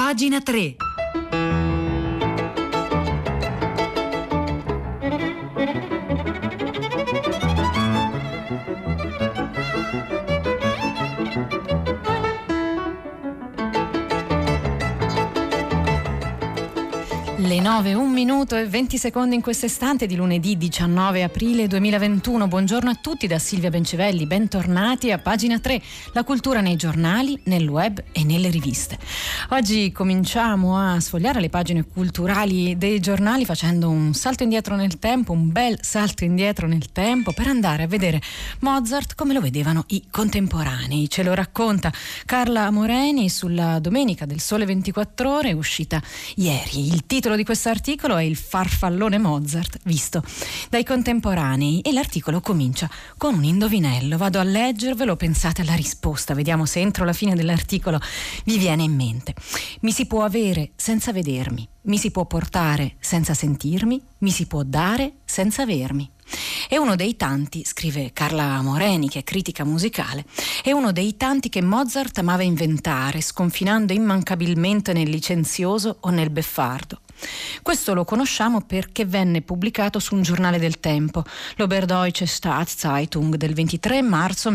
Pagina 3. Le 9, 1 minuto e 20 secondi in questo istante di lunedì 19 aprile 2021. Buongiorno a tutti da Silvia Bencivelli, bentornati a Pagina 3, la cultura nei giornali, nel web e nelle riviste. Oggi cominciamo a sfogliare le pagine culturali dei giornali facendo un salto indietro nel tempo, un bel salto indietro nel tempo per andare a vedere Mozart come lo vedevano i contemporanei. Ce lo racconta Carla Moreni sulla Domenica del Sole 24 Ore, uscita ieri. Il titolo di questo articolo è Il farfallone Mozart visto dai contemporanei e l'articolo comincia con un indovinello. Vado a leggervelo, pensate alla risposta, vediamo se entro la fine dell'articolo vi viene in mente. Mi si può avere senza vedermi, mi si può portare senza sentirmi, mi si può dare senza avermi. È uno dei tanti, scrive Carla Moreni, che è critica musicale, è uno dei tanti che Mozart amava inventare, sconfinando immancabilmente nel licenzioso o nel beffardo. Questo lo conosciamo perché venne pubblicato su un giornale del tempo, l'Oberdeutsche Staatszeitung del 23 marzo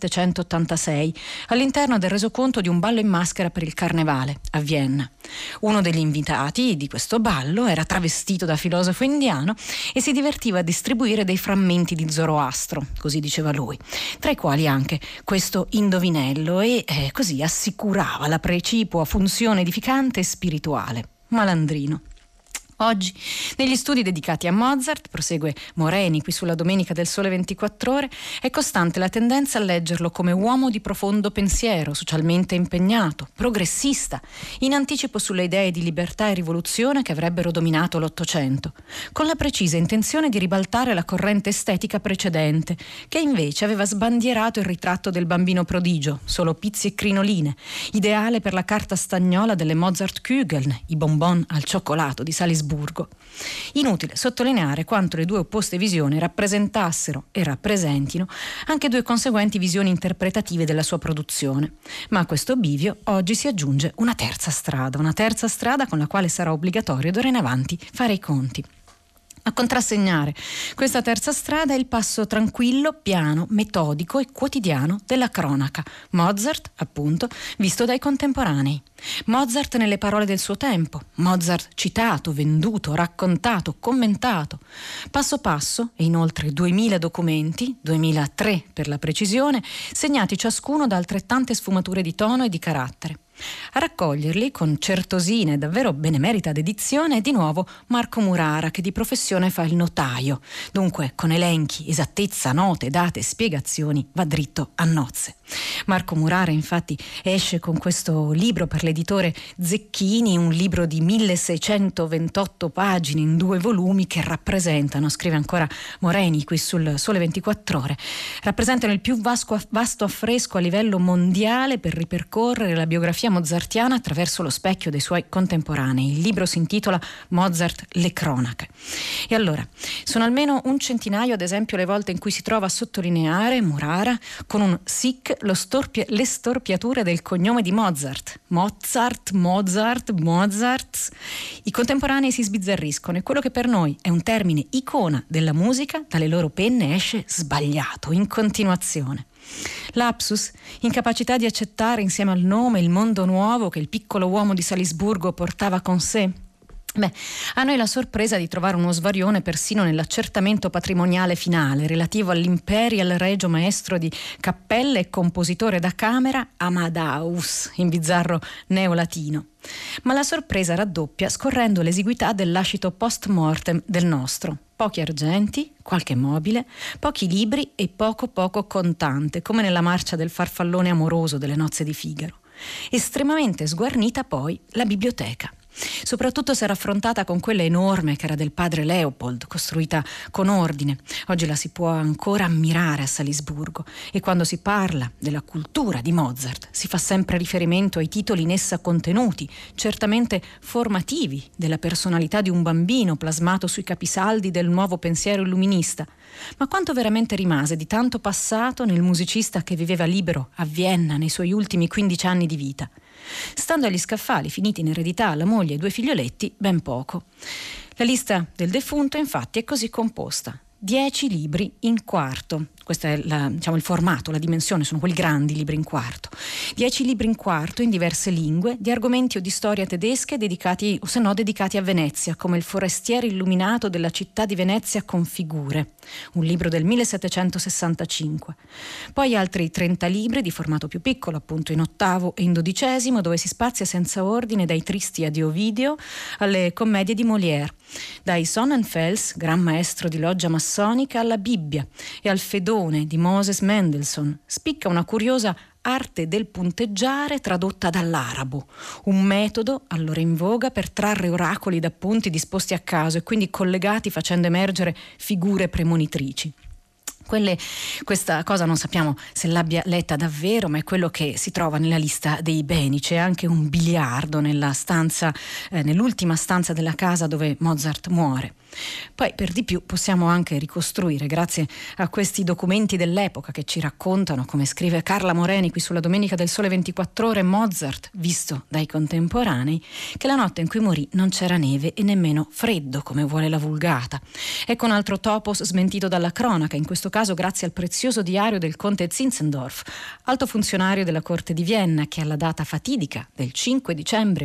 1786, all'interno del resoconto di un ballo in maschera per il Carnevale a Vienna. Uno degli invitati di questo ballo era travestito da filosofo indiano e si divertiva a distribuire dei frammenti di Zoroastro, così diceva lui, tra i quali anche questo indovinello, e così assicurava la precipua funzione edificante e spirituale. Malandrino. Oggi, negli studi dedicati a Mozart, prosegue Moreni qui sulla Domenica del Sole 24 Ore, è costante la tendenza a leggerlo come uomo di profondo pensiero, socialmente impegnato, progressista, in anticipo sulle idee di libertà e rivoluzione che avrebbero dominato l'Ottocento, con la precisa intenzione di ribaltare la corrente estetica precedente, che invece aveva sbandierato il ritratto del bambino prodigio, solo pizzi e crinoline, ideale per la carta stagnola delle Mozart-Kugeln, i bonbon al cioccolato di Salisburgo. Inutile sottolineare quanto le due opposte visioni rappresentassero e rappresentino anche due conseguenti visioni interpretative della sua produzione. Ma a questo bivio oggi si aggiunge una terza strada con la quale sarà obbligatorio d'ora in avanti fare i conti. A contrassegnare questa terza strada è il passo tranquillo, piano, metodico e quotidiano della cronaca. Mozart, appunto, visto dai contemporanei. Mozart nelle parole del suo tempo, Mozart citato, venduto, raccontato, commentato, passo passo, e in oltre 2000 documenti, 2003 per la precisione, segnati ciascuno da altrettante sfumature di tono e di carattere. A raccoglierli con certosina e davvero benemerita dedizione è di nuovo Marco Murara, che di professione fa il notaio, dunque con elenchi, esattezza, note, date e spiegazioni va dritto a nozze. Marco Murara infatti esce con questo libro per l'editore Zecchini, un libro di 1628 pagine in 2 volumi che rappresentano, scrive ancora Moreni qui sul Sole 24 Ore, rappresentano il più vasto affresco a livello mondiale per ripercorrere la biografia mozartiana attraverso lo specchio dei suoi contemporanei. Il libro si intitola Mozart, le cronache. E allora, sono almeno un centinaio ad esempio le volte in cui si trova a sottolineare Murara con un sic le storpiature del cognome di Mozart. Mozart. I contemporanei si sbizzarriscono e quello che per noi è un termine icona della musica dalle loro penne esce sbagliato in continuazione. Lapsus, incapacità di accettare insieme al nome il mondo nuovo che il piccolo uomo di Salisburgo portava con sé. A noi la sorpresa di trovare uno svarione persino nell'accertamento patrimoniale finale relativo all'Imperial Regio Maestro di cappella e compositore da camera Amadeus, in bizzarro neolatino. Ma la sorpresa raddoppia scorrendo l'esiguità del lascito post mortem del nostro. Pochi argenti, qualche mobile, pochi libri e poco contante, come nella marcia del farfallone amoroso delle nozze di Figaro. Estremamente sguarnita poi la biblioteca. Soprattutto se raffrontata con quella enorme che era del padre Leopold, costruita con ordine. Oggi la si può ancora ammirare a Salisburgo e quando si parla della cultura di Mozart si fa sempre riferimento ai titoli in essa contenuti, certamente formativi della personalità di un bambino plasmato sui capisaldi del nuovo pensiero illuminista. Ma quanto veramente rimase di tanto passato nel musicista che viveva libero a Vienna nei suoi ultimi 15 anni di vita? Stando agli scaffali finiti in eredità alla moglie e ai 2 figlioletti, ben poco. La lista del defunto infatti è così composta: 10 libri in quarto. Questo è il formato, la dimensione, sono quelli grandi libri in quarto. 10 libri in quarto in diverse lingue, di argomenti o di storia tedesche dedicati, o se no dedicati a Venezia, come Il forestiere illuminato della città di Venezia con figure, un libro del 1765. Poi altri 30 libri di formato più piccolo, appunto in ottavo e in dodicesimo, dove si spazia senza ordine dai Tristi di Ovidio alle commedie di Molière, dai Sonnenfels, gran maestro di loggia massonica, alla Bibbia e al Fedone di Moses Mendelssohn. Spicca una curiosa arte del punteggiare tradotta dall'arabo, un metodo allora in voga per trarre oracoli da punti disposti a caso e quindi collegati facendo emergere figure premonitrici. Questa cosa non sappiamo se l'abbia letta davvero, ma è quello che si trova nella lista dei beni. C'è anche un biliardo nell'ultima stanza della casa dove Mozart muore. Poi per di più possiamo anche ricostruire, grazie a questi documenti dell'epoca che ci raccontano, come scrive Carla Moreni qui sulla Domenica del Sole 24 Ore, Mozart visto dai contemporanei, che la notte in cui morì non c'era neve e nemmeno freddo come vuole la Vulgata. Ecco un altro topos smentito dalla cronaca, in questo caso grazie al prezioso diario del conte Zinzendorf, alto funzionario della corte di Vienna, che alla data fatidica del 5 dicembre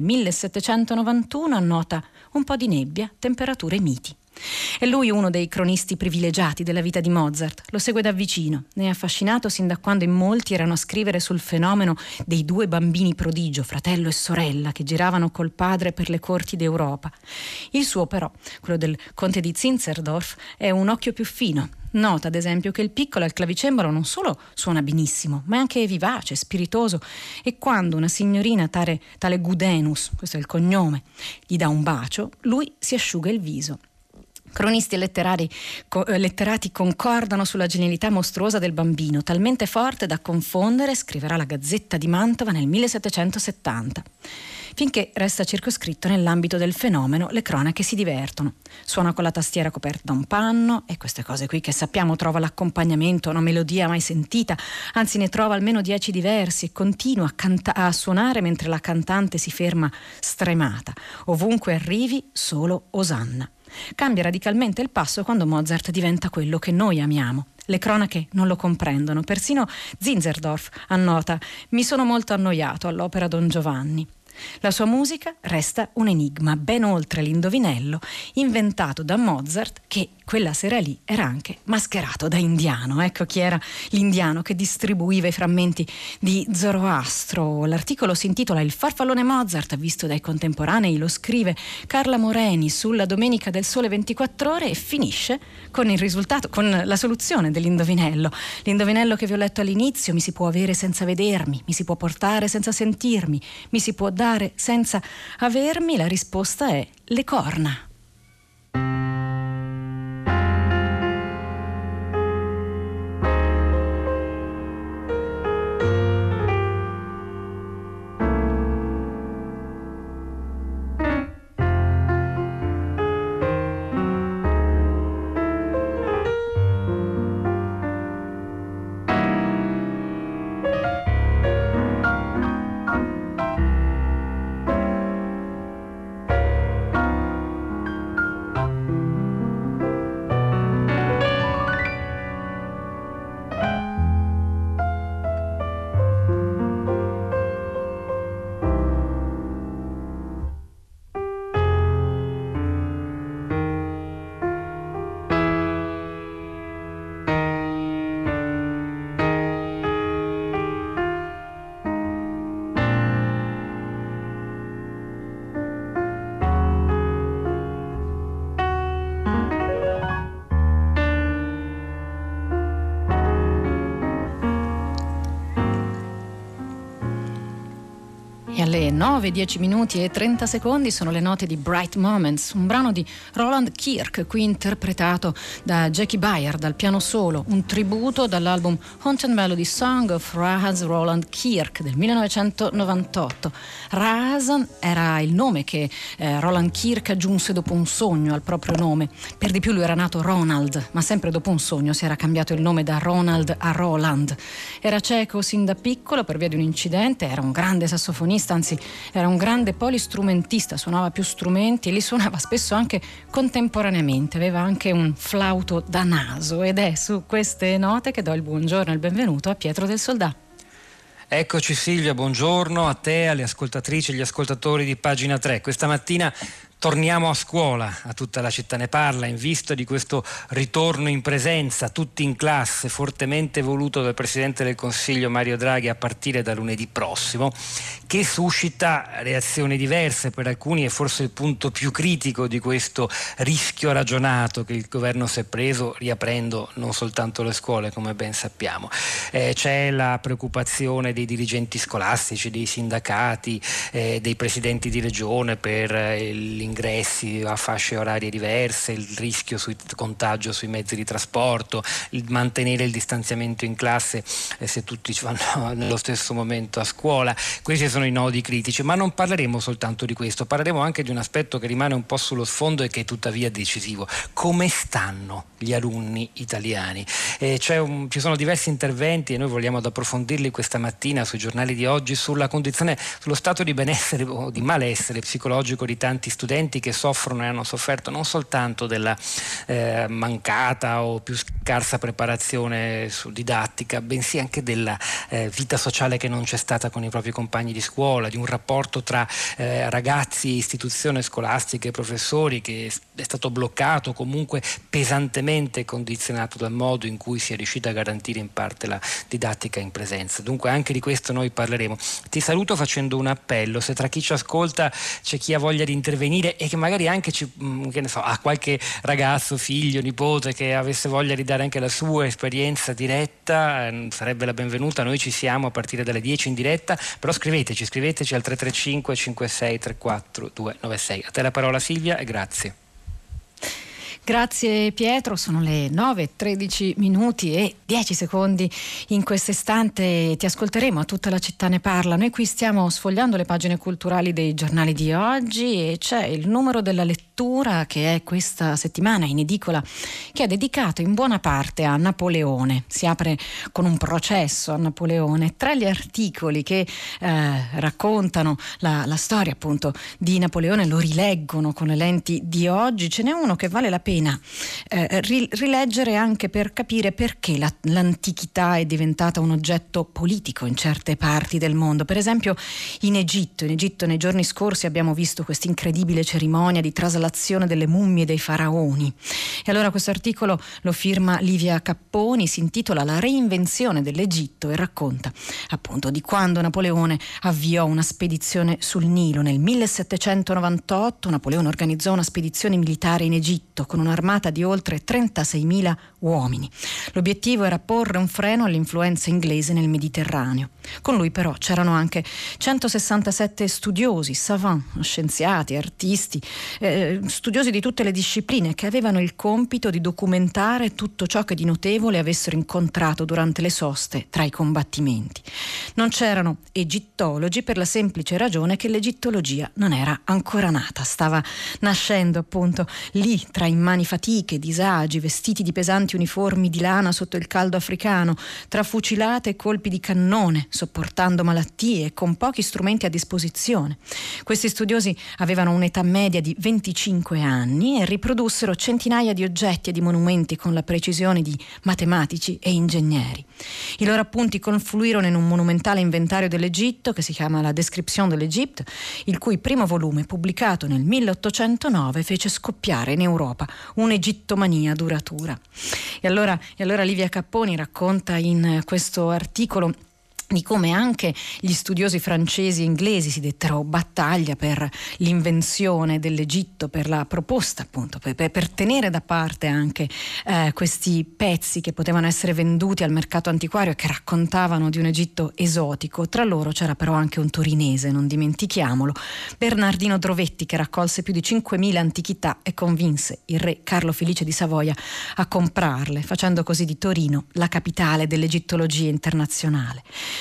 1791 annota un po' di nebbia, temperature miti. È lui uno dei cronisti privilegiati della vita di Mozart, lo segue da vicino, ne è affascinato sin da quando in molti erano a scrivere sul fenomeno dei 2 bambini prodigio, fratello e sorella, che giravano col padre per le corti d'Europa. Il suo però, quello del conte di Zinzendorf, è un occhio più fino. Nota ad esempio che il piccolo al clavicembalo non solo suona benissimo, ma è anche vivace, spiritoso, e quando una signorina tale Gudenus, questo è il cognome, gli dà un bacio, lui si asciuga il viso. Cronisti e letterati concordano sulla genialità mostruosa del bambino, talmente forte da confondere, scriverà la Gazzetta di Mantova nel 1770. Finché resta circoscritto nell'ambito del fenomeno, le cronache si divertono. Suona con la tastiera coperta da un panno, e queste cose qui che sappiamo trova l'accompagnamento, una melodia mai sentita, anzi ne trova almeno 10 diversi e continua a suonare mentre la cantante si ferma stremata. Ovunque arrivi, solo osanna. Cambia radicalmente il passo quando Mozart diventa quello che noi amiamo. Le cronache non lo comprendono, persino Zinzendorf annota: mi sono molto annoiato all'opera Don Giovanni. La sua musica resta un enigma ben oltre l'indovinello inventato da Mozart, che quella sera lì era anche mascherato da indiano. Ecco chi era l'indiano che distribuiva i frammenti di Zoroastro. L'articolo si intitola Il farfallone Mozart visto dai contemporanei, lo scrive Carla Moreni sulla Domenica del Sole 24 Ore e finisce con il risultato, con la soluzione dell'indovinello. L'indovinello che vi ho letto all'inizio: mi si può avere senza vedermi, mi si può portare senza sentirmi, mi si può dare senza avermi. La risposta è le corna. Alle 9:10 minuti e 30 secondi sono le note di Bright Moments, un brano di Roland Kirk, qui interpretato da Jackie Byard al piano solo, un tributo dall'album Haunted Melody Song of Rahaz Roland Kirk del 1998. Rahaz era il nome che Roland Kirk aggiunse dopo un sogno al proprio nome. Per di più lui era nato Ronald, ma sempre dopo un sogno si era cambiato il nome da Ronald a Roland. Era cieco sin da piccolo per via di un incidente, era un grande sassofonista, anzi era un grande polistrumentista, suonava più strumenti e li suonava spesso anche contemporaneamente, aveva anche un flauto da naso, ed è su queste note che do il buongiorno e il benvenuto a Pietro del Soldà. Eccoci Silvia, buongiorno a te, alle ascoltatrici e agli ascoltatori di Pagina 3. Questa mattina torniamo a scuola, a tutta la città ne parla, in vista di questo ritorno in presenza, tutti in classe, fortemente voluto dal Presidente del Consiglio Mario Draghi a partire da lunedì prossimo, che suscita reazioni diverse. Per alcuni è forse il punto più critico di questo rischio ragionato che il governo si è preso riaprendo non soltanto le scuole, come ben sappiamo. C'è la preoccupazione dei dirigenti scolastici, dei sindacati, dei presidenti di regione per ingressi a fasce orarie diverse, il rischio sul contagio sui mezzi di trasporto, il mantenere il distanziamento in classe se tutti vanno nello stesso momento a scuola. Questi sono i nodi critici, ma non parleremo soltanto di questo, parleremo anche di un aspetto che rimane un po' sullo sfondo e che è tuttavia decisivo: come stanno gli alunni italiani? Ci sono diversi interventi e noi vogliamo approfondirli questa mattina sui giornali di oggi sulla condizione, sullo stato di benessere o di malessere psicologico di tanti studenti che soffrono e hanno sofferto non soltanto della mancata o più scarsa preparazione didattica, bensì anche della vita sociale che non c'è stata con i propri compagni di scuola, di un rapporto tra ragazzi, istituzioni scolastiche, professori che è stato bloccato, comunque pesantemente condizionato dal modo in cui si è riuscita a garantire in parte la didattica in presenza. Dunque anche di questo noi parleremo. Ti saluto facendo un appello: se tra chi ci ascolta c'è chi ha voglia di intervenire e che magari anche ha qualche ragazzo, figlio, nipote che avesse voglia di dare anche la sua esperienza diretta, sarebbe la benvenuta. Noi ci siamo a partire dalle 10 in diretta, però scriveteci al 335 56 34 296. A te la parola Silvia e grazie. Grazie Pietro, sono le 9:13 e 10 secondi in questo istante. Ti ascolteremo a Tutta la città ne parla. Noi qui stiamo sfogliando le pagine culturali dei giornali di oggi e c'è il numero della lettura che è questa settimana in edicola, che è dedicato in buona parte a Napoleone. Si apre con un processo a Napoleone. Tra gli articoli che raccontano la storia appunto di Napoleone, lo rileggono con le lenti di oggi, ce n'è uno che vale la pena rileggere anche per capire perché l'antichità è diventata un oggetto politico in certe parti del mondo. Per esempio in Egitto nei giorni scorsi abbiamo visto questa incredibile cerimonia di traslazione delle mummie dei faraoni, e allora questo articolo lo firma Livia Capponi, si intitola La reinvenzione dell'Egitto e racconta appunto di quando Napoleone avviò una spedizione sul Nilo. Nel 1798 Napoleone organizzò una spedizione militare in Egitto con un'armata di oltre 36.000 uomini. L'obiettivo era porre un freno all'influenza inglese nel Mediterraneo. Con lui però c'erano anche 167 studiosi, savant, scienziati, artisti, studiosi di tutte le discipline che avevano il compito di documentare tutto ciò che di notevole avessero incontrato durante le soste tra i combattimenti. Non c'erano egittologi per la semplice ragione che l'egittologia non era ancora nata, stava nascendo appunto lì tra immani fatiche, disagi, vestiti di pesanti uniformi di lana sotto il caldo africano, tra fucilate e colpi di cannone, sopportando malattie con pochi strumenti a disposizione. Questi studiosi avevano un'età media di 25 anni e riprodussero centinaia di oggetti e di monumenti con la precisione di matematici e ingegneri. I loro appunti confluirono in un monumentale inventario dell'Egitto che si chiama La Description de l'Égypte, il cui primo volume, pubblicato nel 1809, fece scoppiare in Europa un'egittomania duratura. E allora Livia Capponi racconta in questo articolo di come anche gli studiosi francesi e inglesi si dettero battaglia per l'invenzione dell'Egitto, per la proposta appunto, per tenere da parte anche questi pezzi che potevano essere venduti al mercato antiquario e che raccontavano di un Egitto esotico. Tra loro c'era però anche un torinese, non dimentichiamolo, Bernardino Drovetti, che raccolse più di 5.000 antichità e convinse il re Carlo Felice di Savoia a comprarle, facendo così di Torino la capitale dell'egittologia internazionale.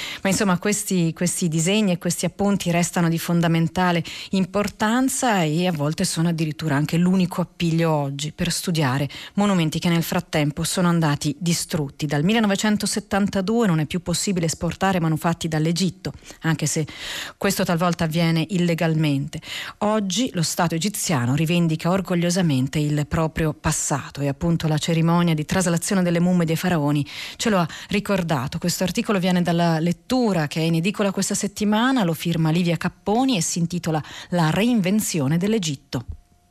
Ma insomma questi disegni e questi appunti restano di fondamentale importanza e a volte sono addirittura anche l'unico appiglio oggi per studiare monumenti che nel frattempo sono andati distrutti. Dal 1972 non è più possibile esportare manufatti dall'Egitto, anche se questo talvolta avviene illegalmente. Oggi lo Stato egiziano rivendica orgogliosamente il proprio passato e appunto la cerimonia di traslazione delle mummie dei faraoni ce lo ha ricordato. Questo articolo viene dalla Lettura, che è in edicola questa settimana, lo firma Livia Capponi e si intitola La reinvenzione dell'Egitto.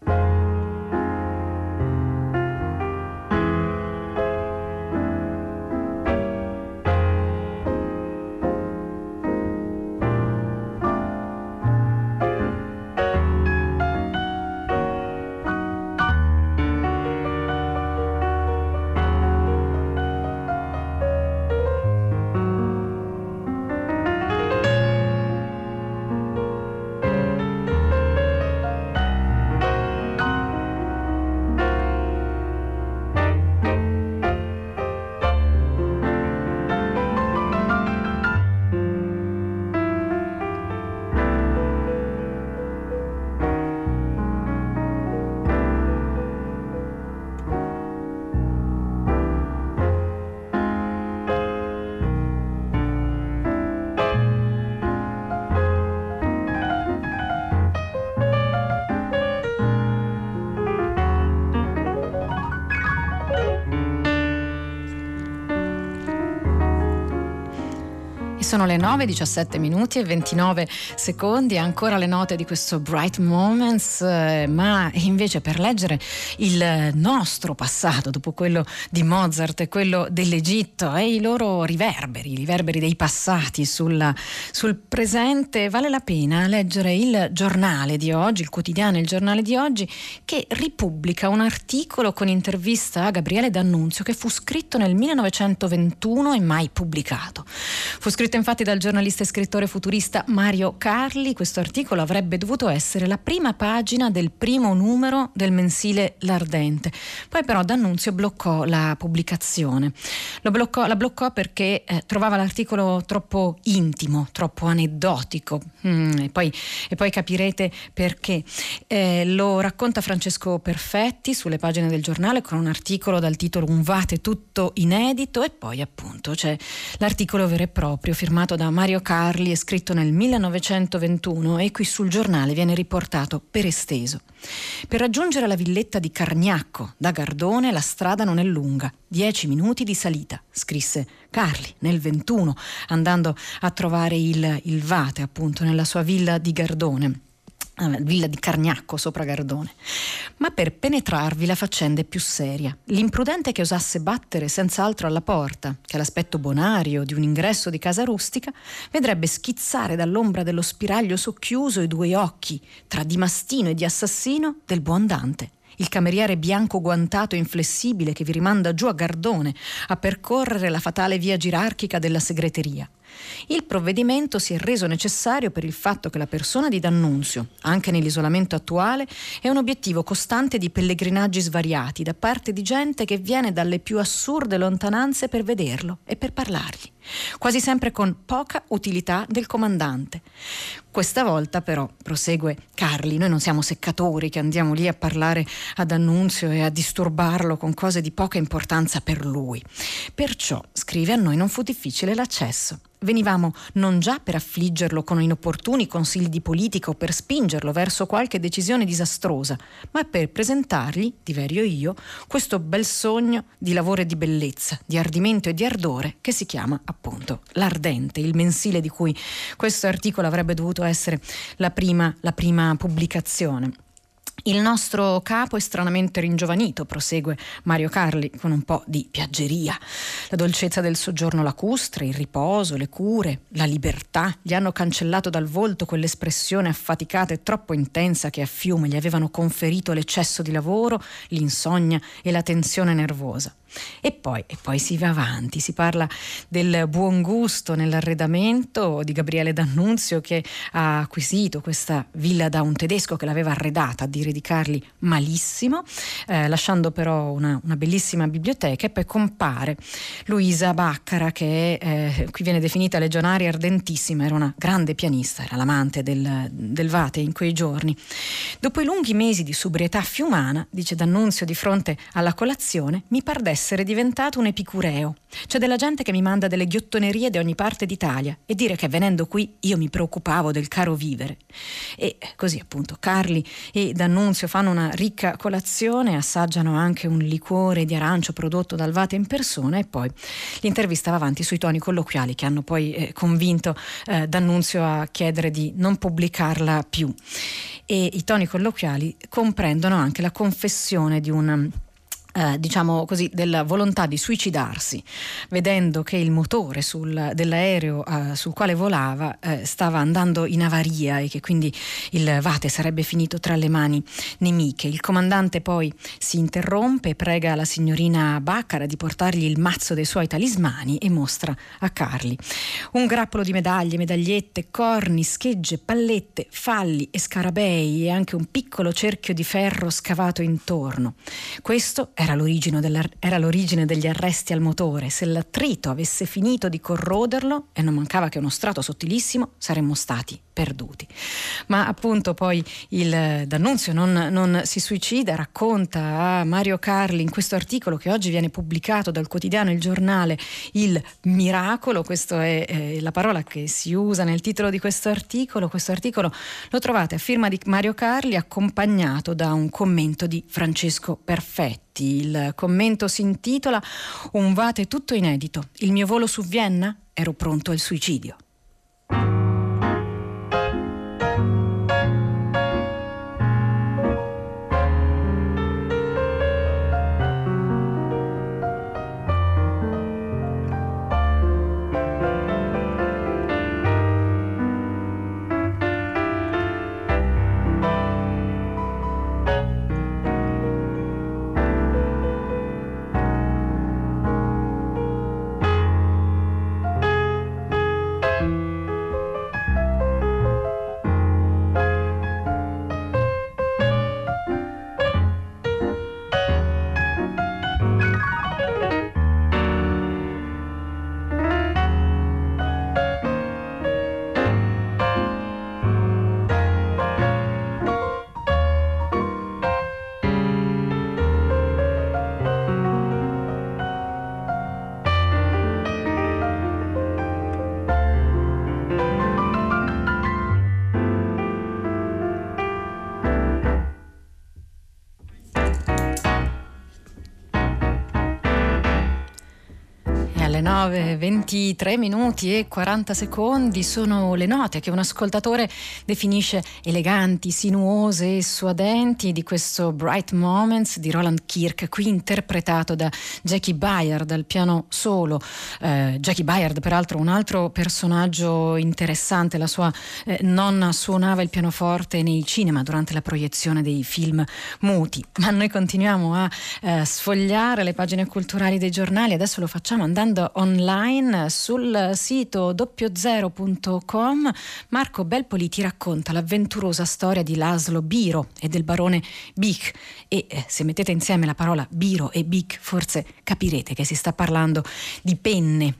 Sono le 9:17 e 29 secondi, ancora le note di questo Bright Moments, ma invece per leggere il nostro passato, dopo quello di Mozart e quello dell'Egitto e i loro riverberi dei passati sul presente, vale la pena leggere il giornale di oggi, il quotidiano Il Giornale di oggi, che ripubblica un articolo con intervista a Gabriele D'Annunzio che fu scritto nel 1921 e mai pubblicato. Fu scritto infatti dal giornalista e scrittore futurista Mario Carli. Questo articolo avrebbe dovuto essere la prima pagina del primo numero del mensile L'Ardente. Poi però D'Annunzio bloccò la pubblicazione. La bloccò perché trovava l'articolo troppo intimo, troppo aneddotico. E poi capirete perché. Lo racconta Francesco Perfetti sulle pagine del giornale con un articolo dal titolo Un Vate tutto inedito, e poi appunto c'è l'articolo vero e proprio firmato da Mario Carli e scritto nel 1921, e qui sul giornale viene riportato per esteso. Per raggiungere la villetta di Cargnacco da Gardone la strada non è lunga, 10 minuti di salita, scrisse Carli nel 21, andando a trovare il Vate appunto nella sua villa di Gardone. Villa di Cargnacco sopra Gardone. Ma per penetrarvi la faccenda è più seria. L'imprudente che osasse battere senz'altro alla porta, che l'aspetto bonario di un ingresso di casa rustica, vedrebbe schizzare dall'ombra dello spiraglio socchiuso i due occhi, tra di mastino e di assassino, del buon Dante, il cameriere bianco guantato e inflessibile che vi rimanda giù a Gardone a percorrere la fatale via gerarchica della segreteria. Il provvedimento si è reso necessario per il fatto che la persona di D'Annunzio, anche nell'isolamento attuale, è un obiettivo costante di pellegrinaggi svariati da parte di gente che viene dalle più assurde lontananze per vederlo e per parlargli, quasi sempre con poca utilità del comandante. Questa volta però, prosegue Carli, noi non siamo seccatori che andiamo lì a parlare a D'Annunzio e a disturbarlo con cose di poca importanza per lui. Perciò, scrive, a noi non fu difficile l'accesso. Venivamo non già per affliggerlo con inopportuni consigli di politica o per spingerlo verso qualche decisione disastrosa, ma per presentargli, diverio io, questo bel sogno di lavoro e di bellezza, di ardimento e di ardore che si chiama appunto L'Ardente, il mensile di cui questo articolo avrebbe dovuto essere la prima pubblicazione. Il nostro capo è stranamente ringiovanito, prosegue Mario Carli con un po' di piaggeria. La dolcezza del soggiorno lacustre, il riposo, le cure, la libertà gli hanno cancellato dal volto quell'espressione affaticata e troppo intensa che a fiume gli avevano conferito l'eccesso di lavoro, l'insonnia e la tensione nervosa. E poi si va avanti, si parla del buon gusto nell'arredamento di Gabriele D'Annunzio, che ha acquisito questa villa da un tedesco che l'aveva arredata addirittura libri di Carli malissimo, lasciando però una bellissima biblioteca, e poi compare Luisa Baccara, che qui viene definita legionaria ardentissima, era una grande pianista, era l'amante del Vate in quei giorni. Dopo i lunghi mesi di sobrietà fiumana, dice D'Annunzio di fronte alla colazione, mi par d'essere diventato un epicureo. C'è della gente che mi manda delle ghiottonerie da ogni parte d'Italia e dire che venendo qui io mi preoccupavo del caro vivere. E così appunto Carli e D'Annunzio fanno una ricca colazione, assaggiano anche un liquore di arancio prodotto dal Vate in persona, e poi l'intervista va avanti sui toni colloquiali che hanno poi convinto D'Annunzio a chiedere di non pubblicarla più. E i toni colloquiali comprendono anche la confessione di un diciamo così, della volontà di suicidarsi, vedendo che il motore dell'aereo sul quale volava stava andando in avaria e che quindi il Vate sarebbe finito tra le mani nemiche. Il comandante poi si interrompe e prega la signorina Baccara di portargli il mazzo dei suoi talismani e mostra a Carli un grappolo di medaglie, medagliette, corni, schegge, pallette, falli e scarabei, e anche un piccolo cerchio di ferro scavato intorno. Questo era l'origine degli arresti al motore. Se l'attrito avesse finito di corroderlo, e non mancava che uno strato sottilissimo, saremmo stati perduti. Ma appunto poi il D'Annunzio non si suicida, racconta a Mario Carli in questo articolo che oggi viene pubblicato dal quotidiano Il Giornale il miracolo. Questa è la parola che si usa nel titolo di questo articolo. Questo articolo lo trovate a firma di Mario Carli, accompagnato da un commento di Francesco Perfetti. Il commento si intitola "Un Vate tutto inedito. Il mio volo su Vienna? Ero pronto al suicidio". Alle 9:23 minuti e 40 secondi sono le note che un ascoltatore definisce eleganti, sinuose e suadenti di questo Bright Moments di Roland Kirk, qui interpretato da Jackie Byard al piano solo. Jackie Byard, peraltro, un altro personaggio interessante. La sua nonna suonava il pianoforte nei cinema durante la proiezione dei film muti. Ma noi continuiamo a sfogliare le pagine culturali dei giornali. Adesso lo facciamo andando online sul sito doppiozero.com. Marco Belpoliti racconta l'avventurosa storia di Laszlo Biro e del barone Bic, e se mettete insieme la parola Biro e Bic forse capirete che si sta parlando di penne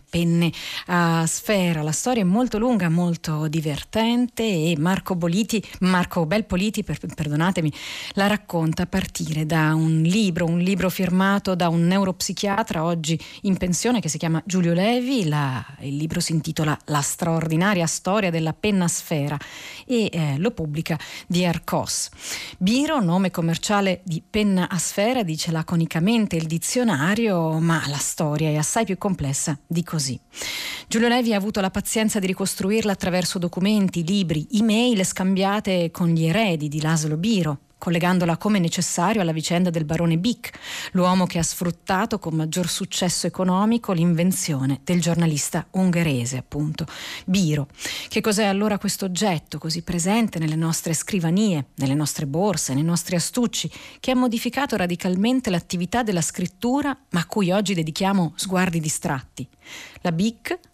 a sfera. La storia è molto lunga, molto divertente, e Marco Belpoliti, perdonatemi, la racconta a partire da un libro firmato da un neuropsichiatra oggi in pensione che si chiama Giulio Levi. Il libro si intitola La straordinaria storia della penna a sfera e lo pubblica di Arcos. Biro, nome commerciale di penna a sfera, dice laconicamente il dizionario, ma la storia è assai più complessa di così. Giulio Levi ha avuto la pazienza di ricostruirla attraverso documenti, libri, email scambiate con gli eredi di Laszlo Biro, collegandola come necessario alla vicenda del barone Bic, l'uomo che ha sfruttato con maggior successo economico l'invenzione del giornalista ungherese, appunto, Biro. Che cos'è allora questo oggetto così presente nelle nostre scrivanie, nelle nostre borse, nei nostri astucci, che ha modificato radicalmente l'attività della scrittura, ma a cui oggi dedichiamo sguardi distratti? La Bic,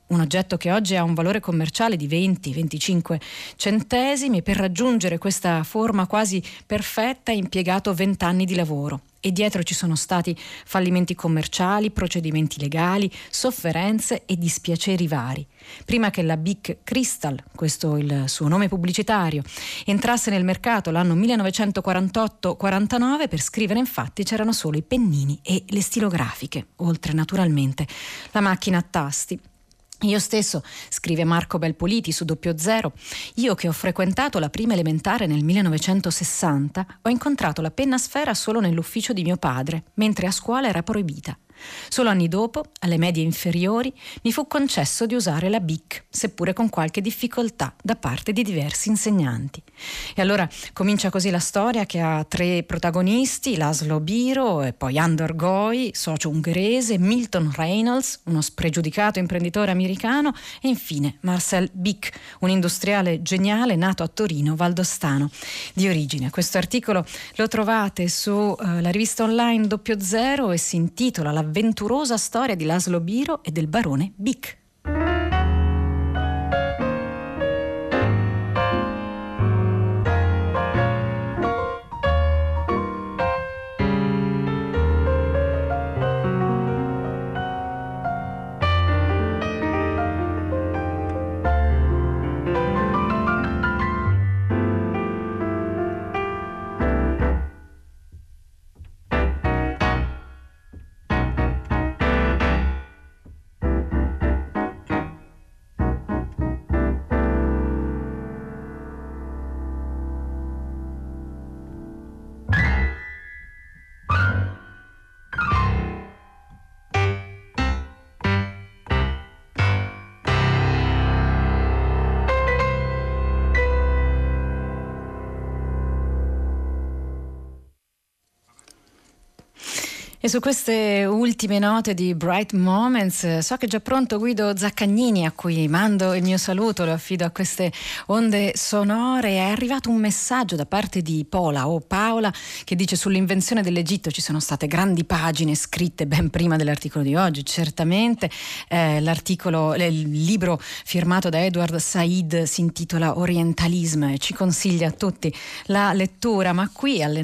un oggetto che oggi ha un valore commerciale di 20-25 centesimi, e per raggiungere questa forma quasi perfetta ha impiegato 20 anni di lavoro. E dietro ci sono stati fallimenti commerciali, procedimenti legali, sofferenze e dispiaceri vari. Prima che la Bic Crystal, questo è il suo nome pubblicitario, entrasse nel mercato l'anno 1948-49, per scrivere infatti c'erano solo i pennini e le stilografiche, oltre naturalmente la macchina a tasti. Io stesso, scrive Marco Belpoliti su Doppio Zero, io che ho frequentato la prima elementare nel 1960, ho incontrato la penna a sfera solo nell'ufficio di mio padre, mentre a scuola era proibita. Solo anni dopo, alle medie inferiori, mi fu concesso di usare la Bic, seppure con qualche difficoltà da parte di diversi insegnanti. E allora comincia così la storia, che ha 3 protagonisti: Laszlo Biro e poi Andor Goy, socio ungherese, Milton Reynolds, uno spregiudicato imprenditore americano, e infine Marcel Bic, un industriale geniale nato a Torino, valdostano di origine. Questo articolo lo trovate su la rivista online Doppio Zero e si intitola L'avventurosa storia di Laszlo Biro e del barone Bic. E su queste ultime note di Bright Moments so che è già pronto Guido Zaccagnini, a cui mando il mio saluto, lo affido a queste onde sonore. È arrivato un messaggio da parte di Paola che dice: sull'invenzione dell'Egitto ci sono state grandi pagine scritte ben prima dell'articolo di oggi, certamente. Il libro firmato da Edward Said si intitola Orientalism e ci consiglia a tutti la lettura. Ma qui alle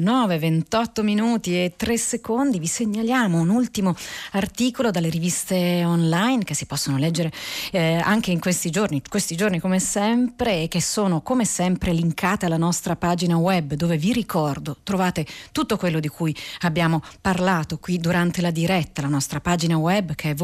9:28 vi segnaliamo un ultimo articolo dalle riviste online che si possono leggere anche in questi giorni come sempre, e che sono come sempre linkate alla nostra pagina web, dove vi ricordo trovate tutto quello di cui abbiamo parlato qui durante la diretta, la nostra pagina web che è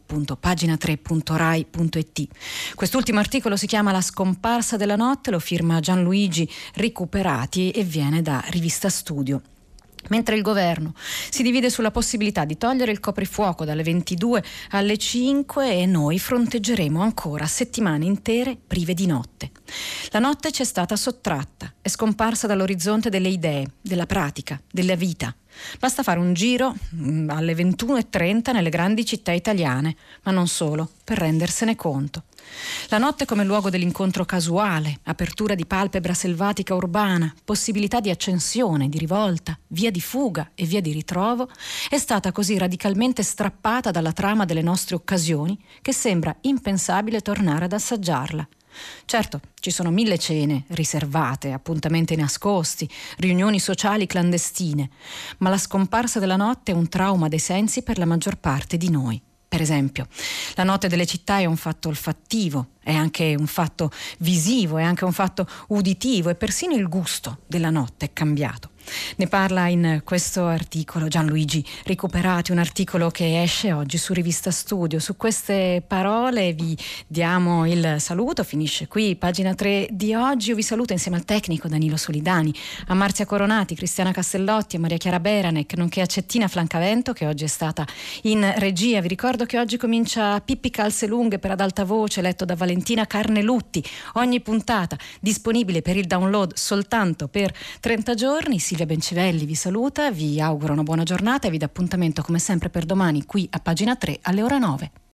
www.pagina3.rai.it. Quest'ultimo articolo si chiama La scomparsa della notte, lo firma Gianluigi Recuperati e viene da Rivista Studio. Mentre il governo si divide sulla possibilità di togliere il coprifuoco dalle 22 alle 5, e noi fronteggeremo ancora settimane intere prive di notte. La notte ci è stata sottratta, è scomparsa dall'orizzonte delle idee, della pratica, della vita. Basta fare un giro alle 21:30 nelle grandi città italiane, ma non solo, per rendersene conto. La notte come luogo dell'incontro casuale, apertura di palpebra selvatica urbana, possibilità di accensione, di rivolta, via di fuga e via di ritrovo, è stata così radicalmente strappata dalla trama delle nostre occasioni che sembra impensabile tornare ad assaggiarla. Certo, ci sono 1000 cene riservate, appuntamenti nascosti, riunioni sociali clandestine, ma la scomparsa della notte è un trauma dei sensi per la maggior parte di noi. Per esempio, la notte delle città è un fatto olfattivo, è anche un fatto visivo, è anche un fatto uditivo, e persino il gusto della notte è cambiato. Ne parla in questo articolo Gianluigi Recuperati, un articolo che esce oggi su Rivista Studio. Su queste parole vi diamo il saluto, finisce qui Pagina 3 di oggi. Io vi saluto insieme al tecnico Danilo Solidani, a Marzia Coronati, Cristiana Castellotti, a Maria Chiara Beranec, nonché a Cettina Flancavento che oggi è stata in regia. Vi ricordo che oggi comincia Pippi Calze Lunghe per Ad Alta Voce, letto da Valentina Carnelutti. Ogni puntata disponibile per il download soltanto per 30 giorni. Silvia Bencivelli vi saluta, vi auguro una buona giornata e vi dà appuntamento come sempre per domani qui a Pagina 3 alle ore 9.